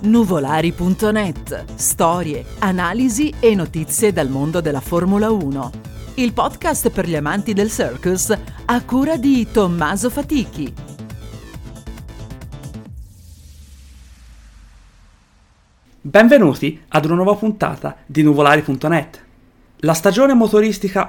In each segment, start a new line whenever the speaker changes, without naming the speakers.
Nuvolari.net. Storie, analisi e notizie dal mondo della Formula 1. Il podcast per gli amanti del circus a cura di Tommaso Fatichi.
Benvenuti ad una nuova puntata di Nuvolari.net. La stagione motoristica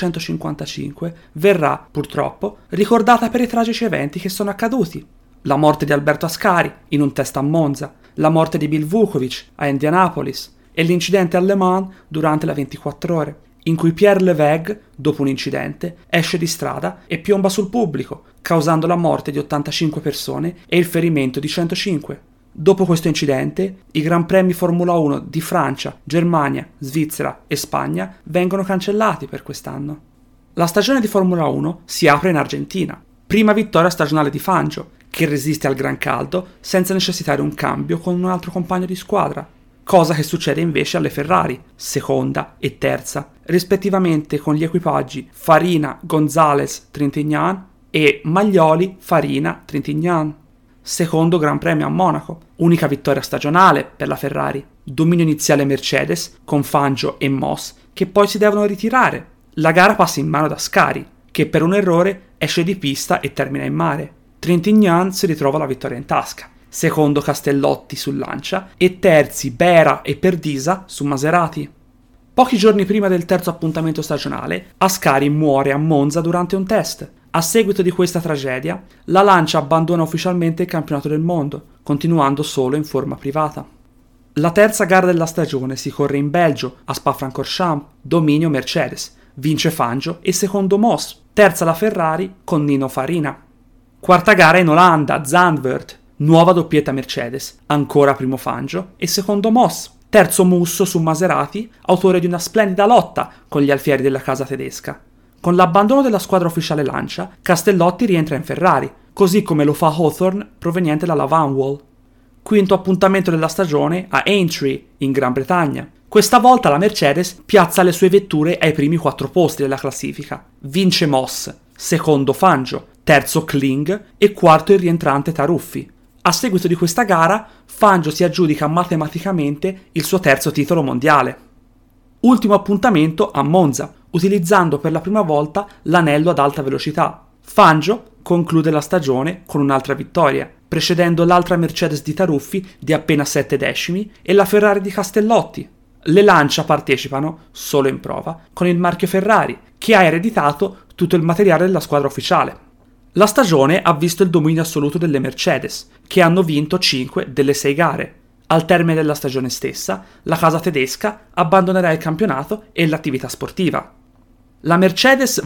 1955 verrà, purtroppo, ricordata per i tragici eventi che sono accaduti. La morte di Alberto Ascari in un test a Monza, la morte di Bill Vukovic a Indianapolis e l'incidente a Le Mans durante la 24 ore, in cui Pierre Levegh, dopo un incidente, esce di strada e piomba sul pubblico, causando la morte di 85 persone e il ferimento di 105. Dopo questo incidente, i Gran Premi Formula 1 di Francia, Germania, Svizzera e Spagna vengono cancellati per quest'anno. La stagione di Formula 1 si apre in Argentina. Prima vittoria stagionale di Fangio, che resiste al gran caldo senza necessitare un cambio con un altro compagno di squadra, cosa che succede invece alle Ferrari, seconda e terza, rispettivamente con gli equipaggi Farina, Gonzalez, Trintignant e Maglioli, Farina, Trintignant. Secondo Gran Premio a Monaco, unica vittoria stagionale per la Ferrari, dominio iniziale Mercedes con Fangio e Moss che poi si devono ritirare. La gara passa in mano ad Ascari, che per un errore esce di pista e termina in mare. Trintignant si ritrova la vittoria in tasca, secondo Castellotti su Lancia e terzi Bera e Perdisa su Maserati. Pochi giorni prima del terzo appuntamento stagionale, Ascari muore a Monza durante un test. A seguito di questa tragedia, la Lancia abbandona ufficialmente il campionato del mondo, continuando solo in forma privata. La terza gara della stagione si corre in Belgio, a Spa-Francorchamps, dominio Mercedes, vince Fangio e secondo Moss, terza la Ferrari con Nino Farina. Quarta gara in Olanda, Zandvoort, nuova doppietta Mercedes, ancora primo Fangio e secondo Moss, terzo Musso su Maserati, autore di una splendida lotta con gli alfieri della casa tedesca. Con l'abbandono della squadra ufficiale Lancia, Castellotti rientra in Ferrari, così come lo fa Hawthorne proveniente dalla Vanwall. Quinto appuntamento della stagione a Aintree, in Gran Bretagna. Questa volta la Mercedes piazza le sue vetture ai primi 4 posti della classifica. Vince Moss, secondo Fangio, terzo Kling e quarto il rientrante Taruffi. A seguito di questa gara, Fangio si aggiudica matematicamente il suo terzo titolo mondiale. Ultimo appuntamento a Monza, utilizzando per la prima volta l'anello ad alta velocità. Fangio conclude la stagione con un'altra vittoria, precedendo l'altra Mercedes di Taruffi di appena 7 decimi e la Ferrari di Castellotti. Le Lancia partecipano, solo in prova, con il marchio Ferrari, che ha ereditato tutto il materiale della squadra ufficiale. La stagione ha visto il dominio assoluto delle Mercedes, che hanno vinto 5 delle 6 gare. Al termine della stagione stessa, la casa tedesca abbandonerà il campionato e l'attività sportiva. La Mercedes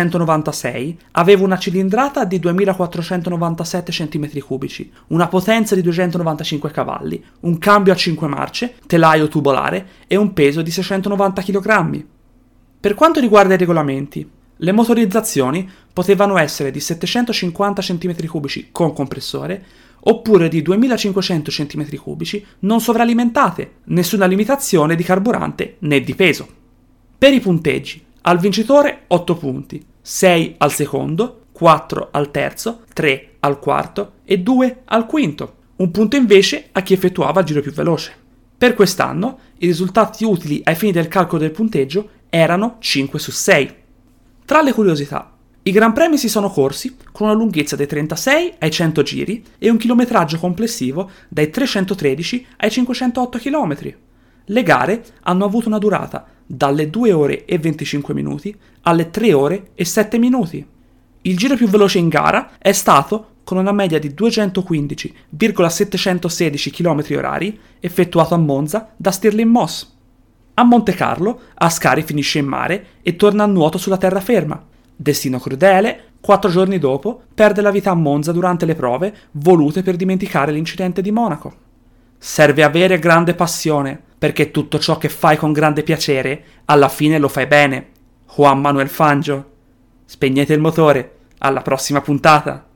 V196 aveva una cilindrata di 2497 cm3, una potenza di 295 cavalli, un cambio a 5 marce, telaio tubolare e un peso di 690 kg. Per quanto riguarda i regolamenti, le motorizzazioni potevano essere di 750 cm3 con compressore oppure di 2500 cm3 non sovralimentate, nessuna limitazione di carburante né di peso. Per i punteggi, al vincitore 8 punti, 6 al secondo, 4 al terzo, 3 al quarto e 2 al quinto, un punto invece a chi effettuava il giro più veloce. Per quest'anno i risultati utili ai fini del calcolo del punteggio erano 5 su 6. Tra le curiosità, i Gran Premi si sono corsi con una lunghezza dai 36 ai 100 giri e un chilometraggio complessivo dai 313 ai 508 km. Le gare hanno avuto una durata dalle 2 ore e 25 minuti alle 3 ore e 7 minuti. Il giro più veloce in gara è stato con una media di 215,716 km/h effettuato a Monza da Stirling Moss. A Montecarlo, Ascari finisce in mare e torna a nuoto sulla terraferma. Destino crudele, 4 giorni dopo perde la vita a Monza durante le prove volute per dimenticare l'incidente di Monaco. Serve avere grande passione, perché tutto ciò che fai con grande piacere, alla fine lo fai bene. Juan Manuel Fangio. Spegnete il motore, alla prossima puntata!